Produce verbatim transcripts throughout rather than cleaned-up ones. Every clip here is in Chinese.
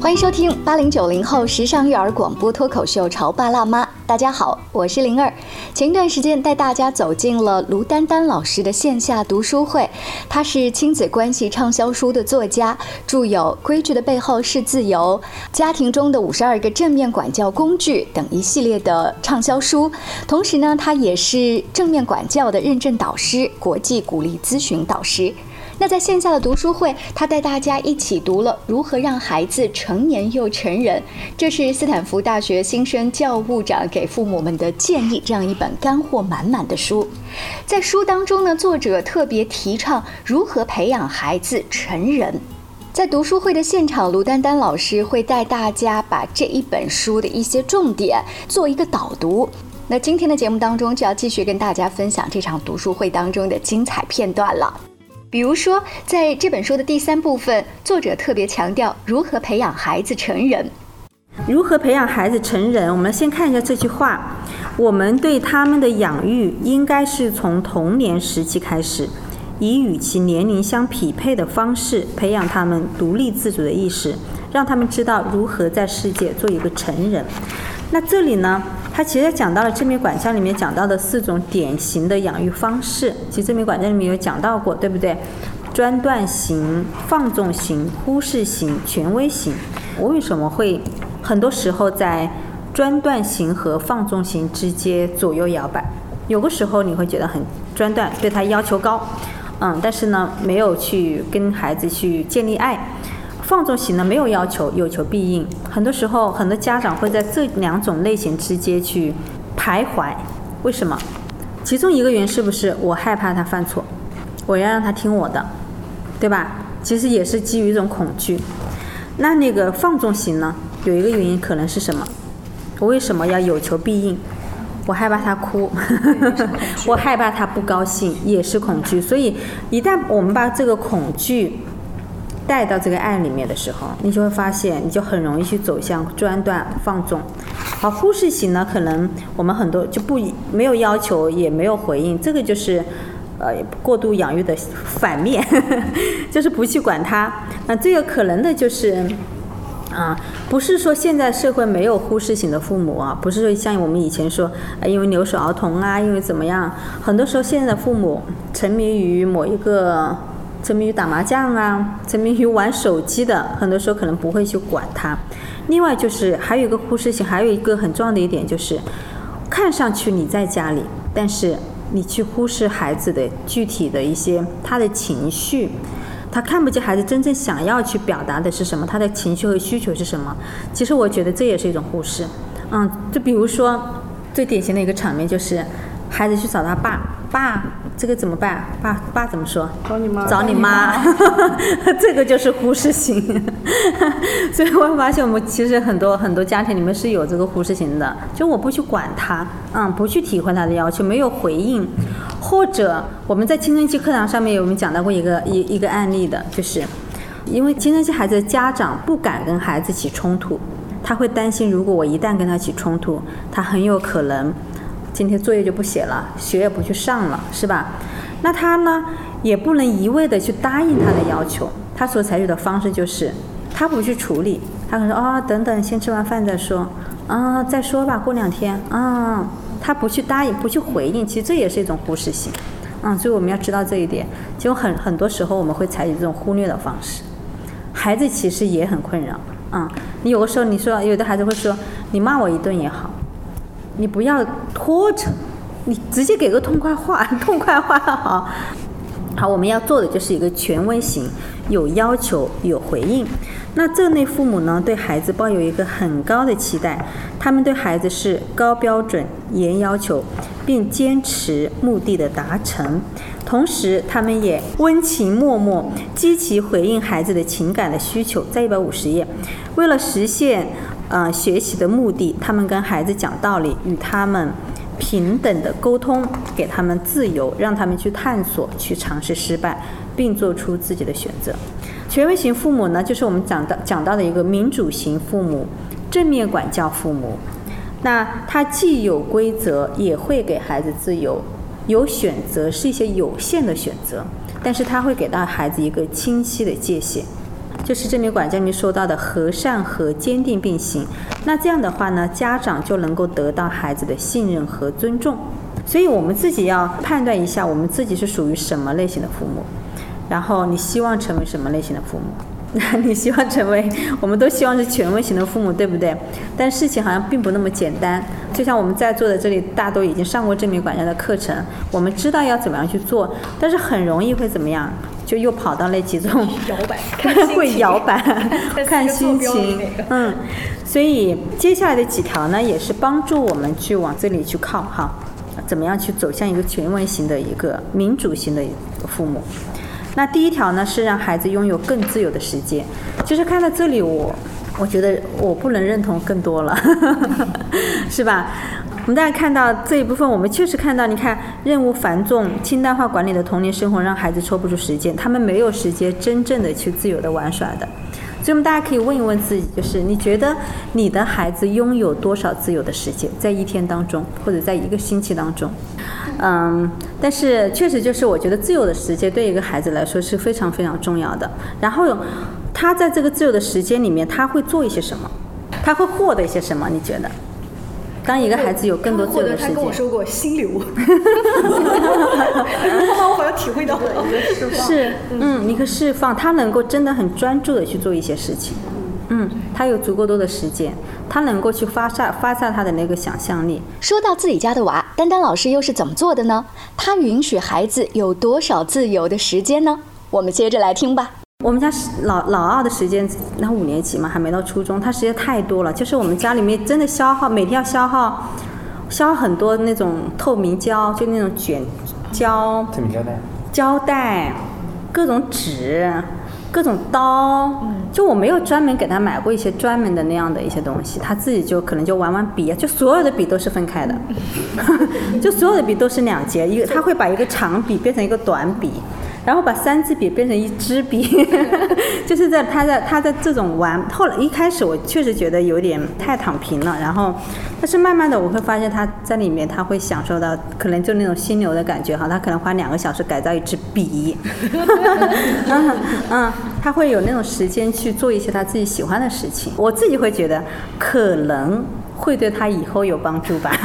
欢迎收听八零九零后时尚育儿广播脱口秀《潮爸辣妈》。大家好，我是灵儿。前一段时间带大家走进了卢丹丹老师的线下读书会，她是亲子关系畅销书的作家，著有《规矩的背后是自由》、家庭中的五十二个正面管教工具等一系列的畅销书。同时呢，她也是正面管教的认证导师，国际鼓励咨询导师。那在线下的读书会，他带大家一起读了《如何让孩子成年又成人》，这是斯坦福大学新生教务长给父母们的建议，这样一本干货满满的书。在书当中呢，作者特别提倡如何培养孩子成人。在读书会的现场，卢丹丹老师会带大家把这一本书的一些重点做一个导读。那今天的节目当中，就要继续跟大家分享这场读书会当中的精彩片段了。比如说，在这本书的第三部分，作者特别强调如何培养孩子成人。 如何培养孩子成人？我们先看一下这句话：我们对他们的养育应该是从童年时期开始，以与其年龄相匹配的方式培养他们独立自主的意识，让他们知道如何在世界做一个成人。那这里呢，他其实讲到了正面管教里面讲到的四种典型的养育方式，其实正面管教里面有讲到过，对不对？专断型、放纵型、忽视型、权威型。我为什么会很多时候在专断型和放纵型之间左右摇摆？有个时候你会觉得很专断，对他要求高，嗯，但是呢，没有去跟孩子去建立爱。放纵型呢，没有要求，有求必应。很多时候，很多家长会在这两种类型之间去徘徊。为什么？其中一个原因是不是我害怕他犯错，我要让他听我的，对吧？其实也是基于一种恐惧。那那个放纵型呢，有一个原因可能是什么？我为什么要有求必应？我害怕他哭，我害怕他不高兴，也是恐惧。所以，一旦我们把这个恐惧带到这个爱里面的时候，你就会发现你就很容易去走向专断放纵。好，忽视型呢，可能我们很多就不没有要求也没有回应，这个就是呃过度养育的反面就是不去管它。那这个可能的就是啊，不是说现在社会没有忽视型的父母啊，不是说像我们以前说，呃、因为留守儿童啊，因为怎么样，很多时候现在的父母沉迷于某一个沉迷于打麻将啊，沉迷于玩手机的，很多时候可能不会去管它。另外就是还有一个忽视性，还有一个很重要的一点就是，看上去你在家里，但是你去忽视孩子的具体的一些他的情绪，他看不见孩子真正想要去表达的是什么，他的情绪和需求是什么。其实我觉得这也是一种忽视。嗯，就比如说最典型的一个场面就是孩子去找他爸，爸，这个怎么办？爸爸怎么说？ 找你妈。 找你妈，这个就是忽视型。所以我发现我们其实很多很多家庭里面是有这个忽视型的，就我不去管他，嗯，不去体会他的要求，没有回应。或者我们在青春期课堂上面有我们讲到过一个一一个案例的，就是因为青春期孩子的家长不敢跟孩子起冲突，他会担心如果我一旦跟他起冲突，他很有可能今天作业就不写了，学也不去上了，是吧？那他呢，也不能一味的去答应他的要求，他所采取的方式就是他不去处理，他可能说哦，等等，先吃完饭再说，啊，再说吧，过两天，啊，他不去答应，不去回应，其实这也是一种忽视性，嗯，所以我们要知道这一点。结果很很多时候我们会采取这种忽略的方式，孩子其实也很困扰，嗯，你有个时候你说，有的孩子会说，你骂我一顿也好，你不要拖着，你直接给个痛快话，痛快话好。好，我们要做的就是一个权威型，有要求有回应。那这类父母呢，对孩子抱有一个很高的期待，他们对孩子是高标准严要求，并坚持目的的达成，同时他们也温情脉脉积极回应孩子的情感的需求。在一百五十页，为了实现呃学习的目的，他们跟孩子讲道理，与他们平等的沟通，给他们自由，让他们去探索，去尝试失败，并做出自己的选择。权威型父母呢，就是我们讲到讲到的一个民主型父母，正面管教父母。那他既有规则，也会给孩子自由，有选择，是一些有限的选择，但是他会给到孩子一个清晰的界限。 就是正面管教里面说到的和善和坚定并行。那这样的话呢，家长就能够得到孩子的信任和尊重。所以我们自己要判断一下，我们自己是属于什么类型的父母，然后你希望成为什么类型的父母。你希望成为，我们都希望是权威型的父母，对不对？但事情好像并不那么简单。就像我们在座的这里，大都已经上过正面管教的课程，我们知道要怎么样去做，但是很容易会怎么样？就又跑到那几种摇摆， 会摇摆，看心情。嗯，所以接下来的几条呢，也是帮助我们去往这里去靠哈，怎么样去走向一个权威型的一个民主型的父母。那第一条呢，是让孩子拥有更自由的时间。其实看到这里我我觉得我不能认同更多了是吧？我们大家看到这一部分，我们确实看到，你看任务繁重清淡化管理的童年生活让孩子抽不出时间，他们没有时间真正的去自由的玩耍的。所以我们大家可以问一问自己，就是你觉得你的孩子拥有多少自由的时间，在一天当中或者在一个星期当中？嗯，但是确实就是我觉得自由的时间对一个孩子来说是非常非常重要的。然后他在这个自由的时间里面，他会做一些什么？他会获得一些什么？你觉得？当一个孩子有更多自由的时间， 他跟我说过心流他我好像体会到了一个释放， 是嗯，一个释放，他能够真的很专注的去做一些事情。嗯，他有足够多的时间，他能够去发散发散他的那个想象力。 说到自己家的娃，丹丹老师又是怎么做的呢？他允许孩子有多少自由的时间呢？我们接着来听吧。 我们家老老二的时间，那五年级嘛，还没到初中，他时间太多了，就是我们家里面真的消耗，每天要消耗消耗很多那种透明胶，就那种卷胶、 透明胶带、 胶带、各种纸、各种刀，就我没有专门给他买过一些专门的那样的一些东西，他自己就可能就玩玩笔，就所有的笔都是分开的就所有的笔都是两节，一个他会把一个长笔变成一个短笔，然后把三支笔变成一支笔就是在他在他在这种玩。后来一开始我确实觉得有点太躺平了，然后但是慢慢的我会发现他在里面他会享受到可能就那种心流的感觉哈，他可能花两个小时改造一支笔嗯, 嗯，他会有那种时间去做一些他自己喜欢的事情。我自己会觉得可能会对他以后有帮助吧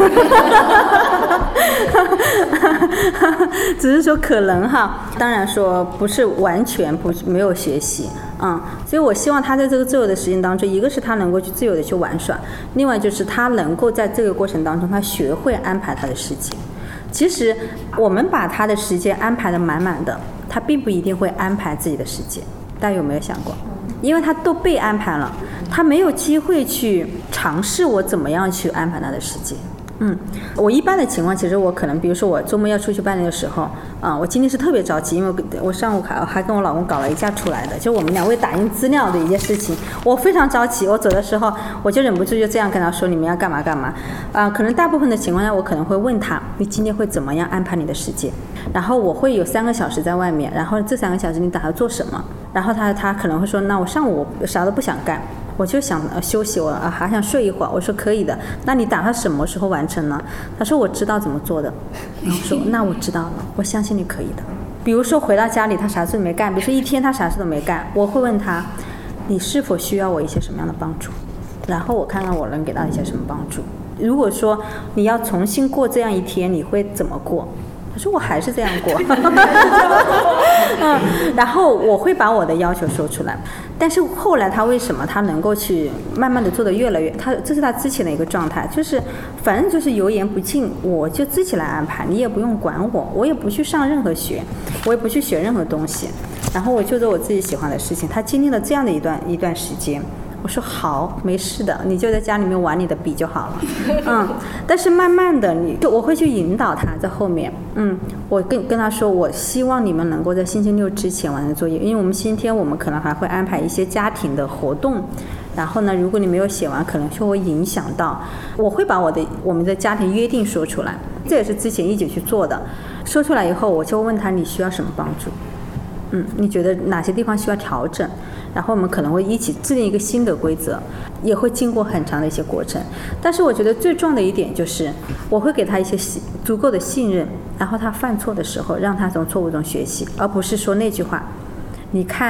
只是说可能哈，当然说不是完全不没有学习，嗯，所以我希望他在这个自由的时间当中，一个是他能够去自由的去玩耍，另外就是他能够在这个过程当中他学会安排他的事情。其实我们把他的时间安排的满满的，他并不一定会安排自己的时间，大家有没有想过？因为他都被安排了，他没有机会去尝试我怎么样去安排他的时间。嗯，我一般的情况，其实我可能，比如说我周末要出去办理的时候，啊、呃，我今天是特别着急，因为我上午还还跟我老公搞了一架出来的，就我们两位打印资料的一件事情，我非常着急。我走的时候，我就忍不住就这样跟他说：“你们要干嘛干嘛。”啊、呃，可能大部分的情况下，我可能会问他：“你今天会怎么样安排你的时间？”然后我会有三个小时在外面，然后这三个小时你打算做什么？然后他他可能会说：“那我上午我啥都不想干。”我就想休息，我还想睡一会儿。我说可以的，那你打算什么时候完成呢？他说我知道怎么做的。然后说那我知道了，我相信你可以的。比如说回到家里他啥事都没干，比如说一天他啥事都没干，我会问他你是否需要我一些什么样的帮助，然后我看看我能给到一些什么帮助。如果说你要重新过这样一天，你会怎么过？他说我还是这样过嗯，然后我会把我的要求说出来。但是后来他为什么他能够去慢慢的做得越来越，他这是他之前的一个状态，就是反正就是油盐不进，我就自己来安排，你也不用管我，我也不去上任何学，我也不去学任何东西，然后我就做我自己喜欢的事情。他经历了这样的一段一段时间，我说好，没事的，你就在家里面玩你的笔就好了。嗯，但是慢慢的，你就我会去引导他在后面。嗯，我跟跟他说，我希望你们能够在星期六之前完成作业，因为我们星期天我们可能还会安排一些家庭的活动。然后呢，如果你没有写完，可能就会影响到。我会把我的我们的家庭约定说出来，这也是之前一起去做的。说出来以后，我就问他你需要什么帮助。嗯，你觉得哪些地方需要调整？然后我们可能会一起制定一个新的规则，也会经过很长的一些过程。但是我觉得最重要的一点就是，我会给他一些足够的信任，然后他犯错的时候，让他从错误中学习，而不是说那句话：“你看，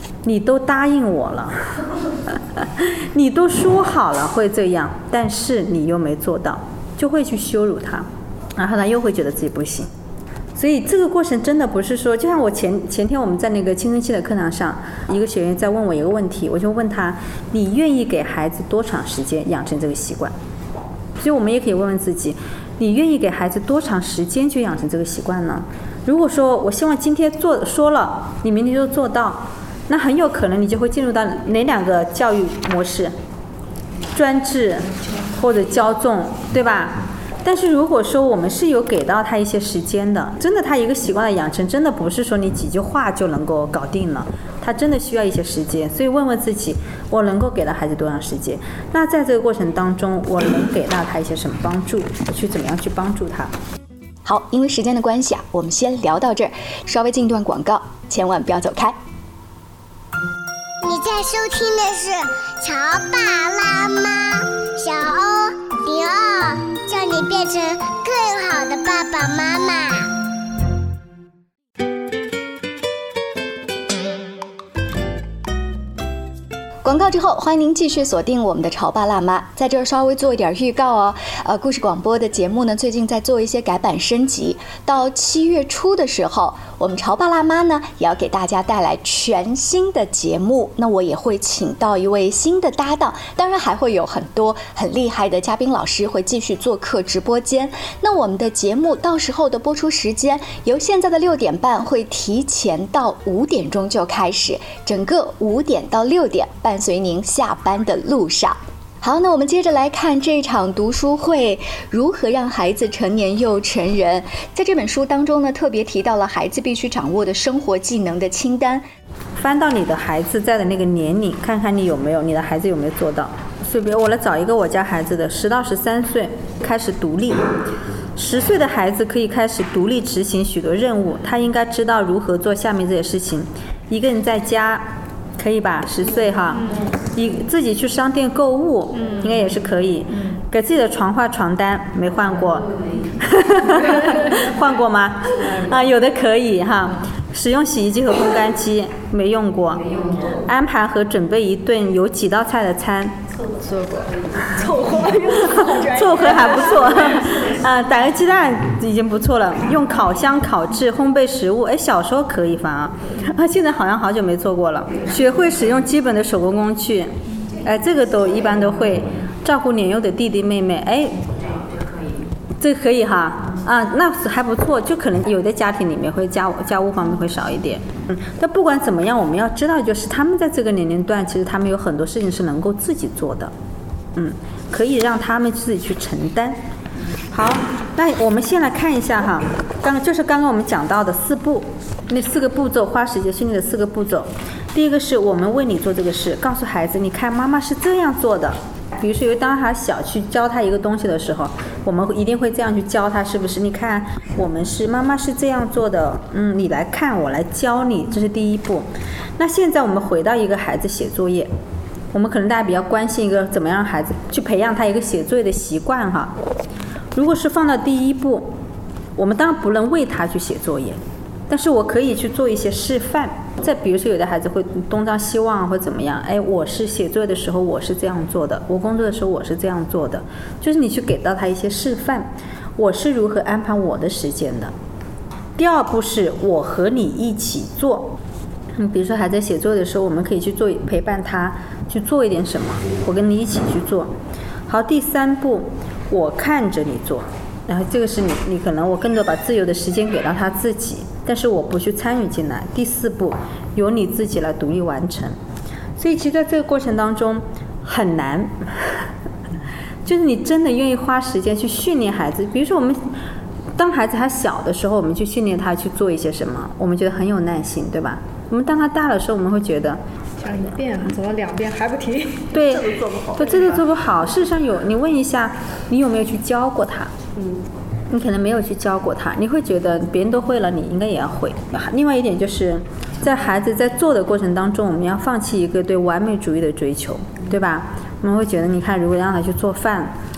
你都答应我了，你都说好了会这样，但是你又没做到，就会去羞辱他，然后他又会觉得自己不行。所以这个过程真的不是说，就像我前前天我们在那个青春期的课堂上，一个学员在问我一个问题，我就问他，你愿意给孩子多长时间养成这个习惯？所以我们也可以问问自己，你愿意给孩子多长时间去养成这个习惯呢？如果说我希望今天做说了，你明天就做到，那很有可能你就会进入到哪两个教育模式？专制或者骄纵，对吧？但是如果说我们是有给到他一些时间的，真的他一个习惯的养成，真的不是说你几句话就能够搞定了，他真的需要一些时间。所以问问自己，我能够给到孩子多长时间？那在这个过程当中，我能给到他一些什么帮助？我去怎么样去帮助他？ 好，因为时间的关系啊，我们先聊到这儿，稍微进段广告，千万不要走开。 你在收听的是《潮爸辣妈》，小欧零二，叫你变成更好的爸爸妈妈。 广告之后，欢迎您继续锁定我们的潮爸辣妈。在这儿稍微做一点预告哦，呃，故事广播的节目呢，最近在做一些改版升级。到七月初的时候，我们潮爸辣妈呢，也要给大家带来全新的节目。那我也会请到一位新的搭档，当然还会有很多很厉害的嘉宾老师会继续做客直播间。那我们的节目到时候的播出时间，由现在的六点半会提前到五点钟就开始，整个五点到六点伴随您下班的路上。好，那我们接着来看这场读书会，如何让孩子成年又成人。在这本书当中呢，特别提到了孩子必须掌握的生活技能的清单。 翻到你的孩子在的那个年龄，看看你有没有，你的孩子有没有做到。所以，比如我来找一个我家孩子的，十到十三岁开始独立，十岁的孩子可以开始独立执行许多任务，他应该知道如何做下面这些事情。一个人在家。可以吧？十岁哈，你自己去商店购物，应该也是可以。给自己的床换床单，没换过，换过吗？啊，有的可以哈。使用洗衣机和烘干机，没用过。安排和准备一顿有几道菜的餐， 做过，凑合， 凑合还不错。啊，打个鸡蛋已经不错了。用烤箱烤制烘焙食物，哎，小时候可以反而，啊，现在好像好久没做过了。学会使用基本的手工工具，哎，这个都一般都会。照顾年幼的弟弟妹妹，哎，这个可以哈。啊，那还不错，就可能有的家庭里面会家务家务方面会少一点，嗯，但不管怎么样，我们要知道，就是他们在这个年龄段，其实他们有很多事情是能够自己做的，嗯，可以让他们自己去承担。好，那我们先来看一下哈，刚就是刚刚我们讲到的四步，那四个步骤，花时间训练的四个步骤。第一个是我们为你做这个事，告诉孩子，你看妈妈是这样做的。比如说，因为当他小去教他一个东西的时候，我们一定会这样去教他，是不是？你看，我们是妈妈是这样做的，嗯，你来看，我来教你，这是第一步。那现在我们回到一个孩子写作业，我们可能大家比较关心一个怎么样让孩子去培养他一个写作业的习惯哈。如果是放到第一步，我们当然不能为他去写作业，但是我可以去做一些示范。再比如说，有的孩子会东张西望或怎么样，哎，我是写作业的时候我是这样做的，我工作的时候我是这样做的，就是你去给到他一些示范，我是如何安排我的时间的。第二步是我和你一起做，嗯，比如说孩子写作业的时候，我们可以去做陪伴他去做一点什么，我跟你一起去做。好，第三步，我看着你做。然后这个是你，你可能我更多把自由的时间给到他自己，但是我不去参与进来。第四步，由你自己来独立完成。所以其实在这个过程当中很难，就是你真的愿意花时间去训练孩子。比如说我们当孩子还小的时候，我们去训练他去做一些什么，我们觉得很有耐心，对吧？我们当他大的时候，我们会觉得讲一遍走了两遍还不停， 对， 这都做不好， 对，这都做不好。事实上有，你问一下，你有没有去教过他？ 嗯， 你可能没有去教过他，你会觉得别人都会了，你应该也要会。另外一点就是在孩子在做的过程当中，我们要放弃一个对完美主义的追求，对吧？我们会觉得，你看，如果让他去做饭，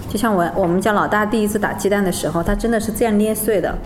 就像我我们家老大第一次打鸡蛋的时候，他真的是这样捏碎的，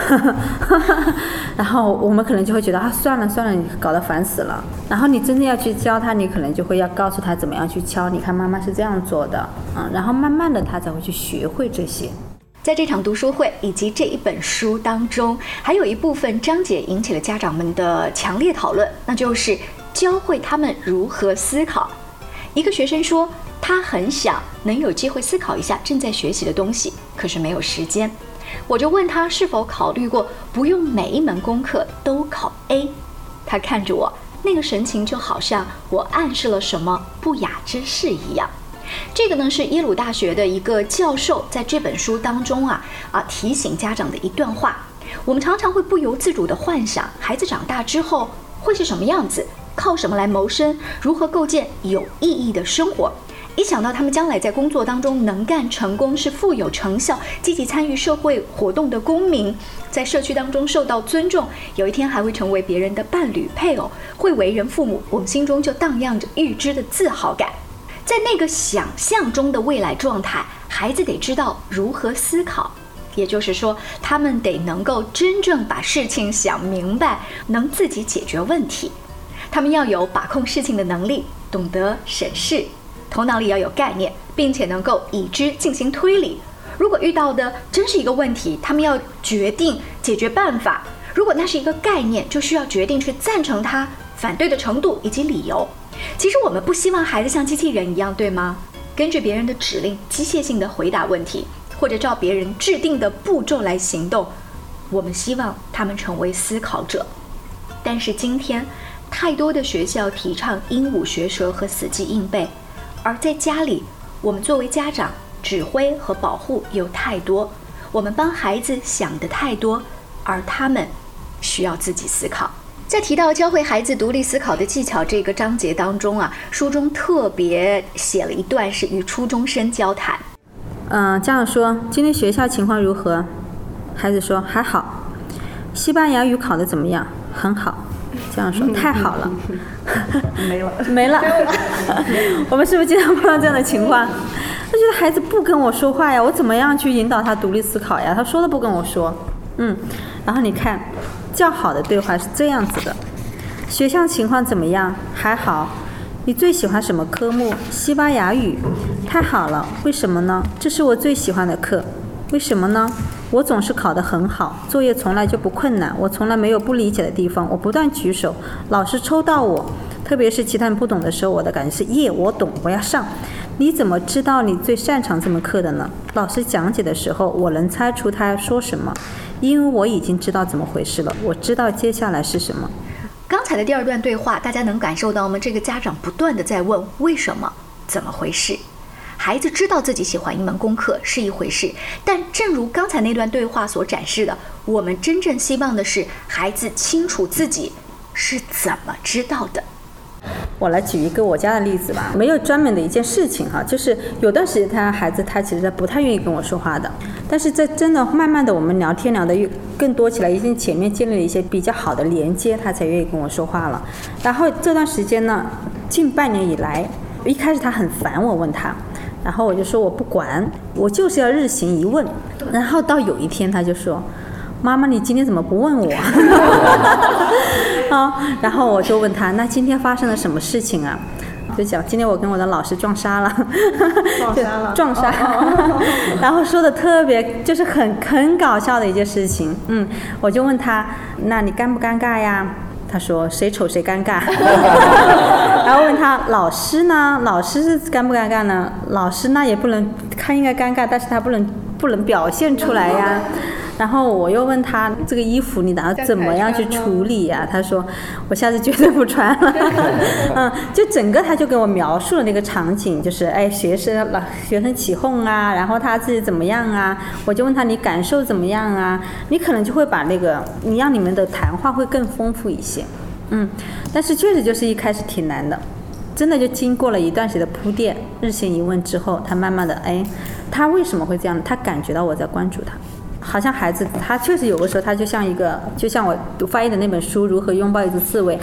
然后我们可能就会觉得啊，算了算了，你搞得烦死了。然后你真正要去教他，你可能就会要告诉他怎么样去敲，你看妈妈是这样做的，嗯，然后慢慢的他才会去学会这些。 在这场读书会以及这一本书当中，还有一部分章节引起了家长们的强烈讨论，那就是教会他们如何思考。一个学生说，他很想能有机会思考一下正在学习的东西，可是没有时间。我就问他是否考虑过不用每一门功课都考 A。 他看着我，那个神情就好像我暗示了什么不雅之事一样。这个呢是耶鲁大学的一个教授在这本书当中啊啊提醒家长的一段话。我们常常会不由自主地幻想孩子长大之后会是什么样子，靠什么来谋生，如何构建有意义的生活。一想到他们将来在工作当中能干成功，是富有成效、积极参与社会活动的公民，在社区当中受到尊重，有一天还会成为别人的伴侣配偶，会为人父母，我们心中就荡漾着预知的自豪感。在那个想象中的未来状态，孩子得知道如何思考，也就是说他们得能够真正把事情想明白，能自己解决问题。他们要有把控事情的能力，懂得审视，头脑里要有概念，并且能够以之进行推理。如果遇到的真是一个问题，他们要决定解决办法。如果那是一个概念，就需要决定去赞成它、反对的程度以及理由。其实我们不希望孩子像机器人一样，对吗？根据别人的指令机械性的回答问题，或者照别人制定的步骤来行动。我们希望他们成为思考者。但是今天太多的学校提倡鹦鹉学舌和死记硬背，而在家里我们作为家长指挥和保护有太多，我们帮孩子想的太多，而他们需要自己思考。在提到教会孩子独立思考的技巧这个章节当中啊，书中特别写了一段是与初中生交谈。 嗯、呃，家长说今天学校情况如何？孩子说还好。西班牙语考得怎么样？很好。家长说太好了。 没了没了。我们是不是经常碰到这样的情况？他觉得孩子不跟我说话呀，我怎么样去引导他独立思考呀？他说都不跟我说。嗯，然后你看较好的对话是这样子的：学校情况怎么样？还好。你最喜欢什么科目？西班牙语。太好了。为什么呢？这是我最喜欢的课。为什么呢？我总是考得很好，作业从来就不困难，我从来没有不理解的地方，我不断举手，老师抽到我，特别是其他人不懂的时候，我的感觉是耶，我懂，我要上。你怎么知道你最擅长这门课的呢？老师讲解的时候，我能猜出他要说什么，因为我已经知道怎么回事了，我知道接下来是什么。 刚才的第二段对话，大家能感受到吗？这个家长不断地在问为什么，怎么回事。孩子知道自己喜欢一门功课是一回事，但正如刚才那段对话所展示的，我们真正希望的是孩子清楚自己是怎么知道的。 我来举一个我家的例子吧，没有专门的一件事情哈，就是有段时间他孩子他其实不太愿意跟我说话的，但是这真的慢慢的我们聊天聊得更多起来，已经前面建立了一些比较好的连接，他才愿意跟我说话了。然后这段时间呢，近半年以来，一开始他很烦我问他，然后我就说我不管，我就是要日行一问。然后到有一天他就说，妈妈你今天怎么不问我？啊，然后我就问他，那今天发生了什么事情啊？就讲今天我跟我的老师撞衫了， 撞衫了， 撞衫，然后说的特别就是很很搞笑的一件事情。嗯，我就问他，那你尴不尴尬呀？他说谁丑谁尴尬。然后问他老师呢？老师是尴不尴尬呢？老师那也不能，他应该尴尬，但是他不能不能表现出来呀。然后我又问他这个衣服你打算怎么样去处理呀？他说我下次绝对不穿了。嗯，就整个他就给我描述了那个场景，就是哎学生老学生起哄啊，然后他自己怎么样啊？我就问他你感受怎么样啊？你可能就会把那个你让你们的谈话会更丰富一些。嗯，但是确实就是一开始挺难的，真的就经过了一段时间的铺垫，日行一问之后，他慢慢的哎，他为什么会这样？他感觉到我在关注他。好像孩子他确实有的时候他就像一个，就像我翻译的那本书《如何拥抱一只刺猬》，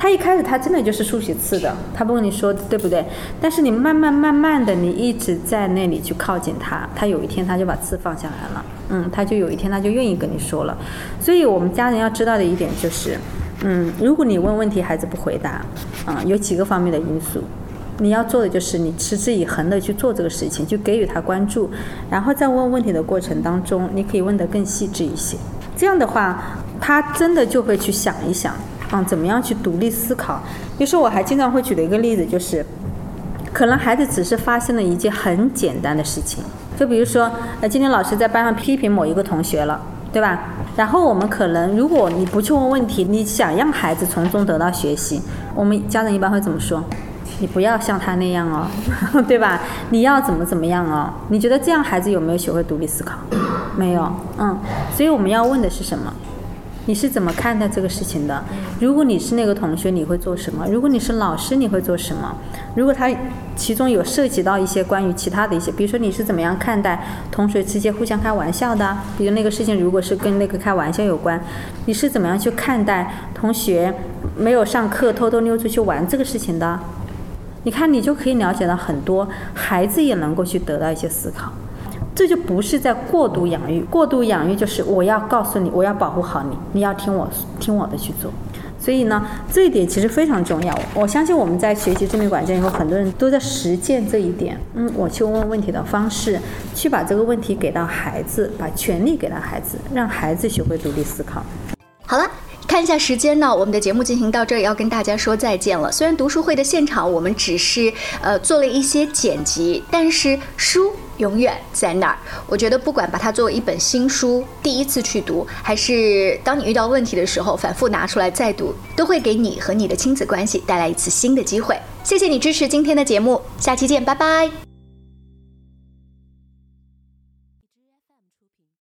他一开始他真的就是竖起刺的，他不跟你说，对不对？但是你慢慢慢慢的，你一直在那里去靠近他，他有一天他就把刺放下来了，嗯，他就有一天他就愿意跟你说了。所以我们家人要知道的一点就是，嗯，如果你问问题孩子不回答，啊、嗯，有几个方面的因素。你要做的就是你持之以恒的去做这个事情，去给予他关注，然后在问问题的过程当中，你可以问得更细致一些。这样的话，他真的就会去想一想，嗯，怎么样去独立思考。比如说，我还经常会举的一个例子就是，可能孩子只是发生了一件很简单的事情，就比如说，呃，今天老师在班上批评某一个同学了，对吧？然后我们可能，如果你不去问问题，你想让孩子从中得到学习，我们家长一般会怎么说？你不要像他那样哦，对吧？你要怎么怎么样哦？你觉得这样孩子有没有学会独立思考？没有，嗯。所以我们要问的是什么？你是怎么看待这个事情的？如果你是那个同学，你会做什么？如果你是老师，你会做什么？如果他其中有涉及到一些关于其他的一些，比如说你是怎么样看待同学之间互相开玩笑的？比如那个事情如果是跟那个开玩笑有关，你是怎么样去看待同学没有上课偷偷溜出去玩这个事情的？你看，你就可以了解到很多，孩子也能够去得到一些思考。这就不是在过度养育，过度养育就是我要告诉你，我要保护好你，你要听我听我的去做。所以呢，这一点其实非常重要。我相信我们在学习正面管教以后，很多人都在实践这一点。嗯，我去问问题的方式，去把这个问题给到孩子，把权利给到孩子，让孩子学会独立思考。 好了。看一下时间呢，我们的节目进行到这儿也要跟大家说再见了。虽然读书会的现场我们只是呃做了一些剪辑，但是书永远在那儿。我觉得不管把它作为一本新书第一次去读，还是当你遇到问题的时候反复拿出来再读，都会给你和你的亲子关系带来一次新的机会。谢谢你支持今天的节目，下期见，拜拜。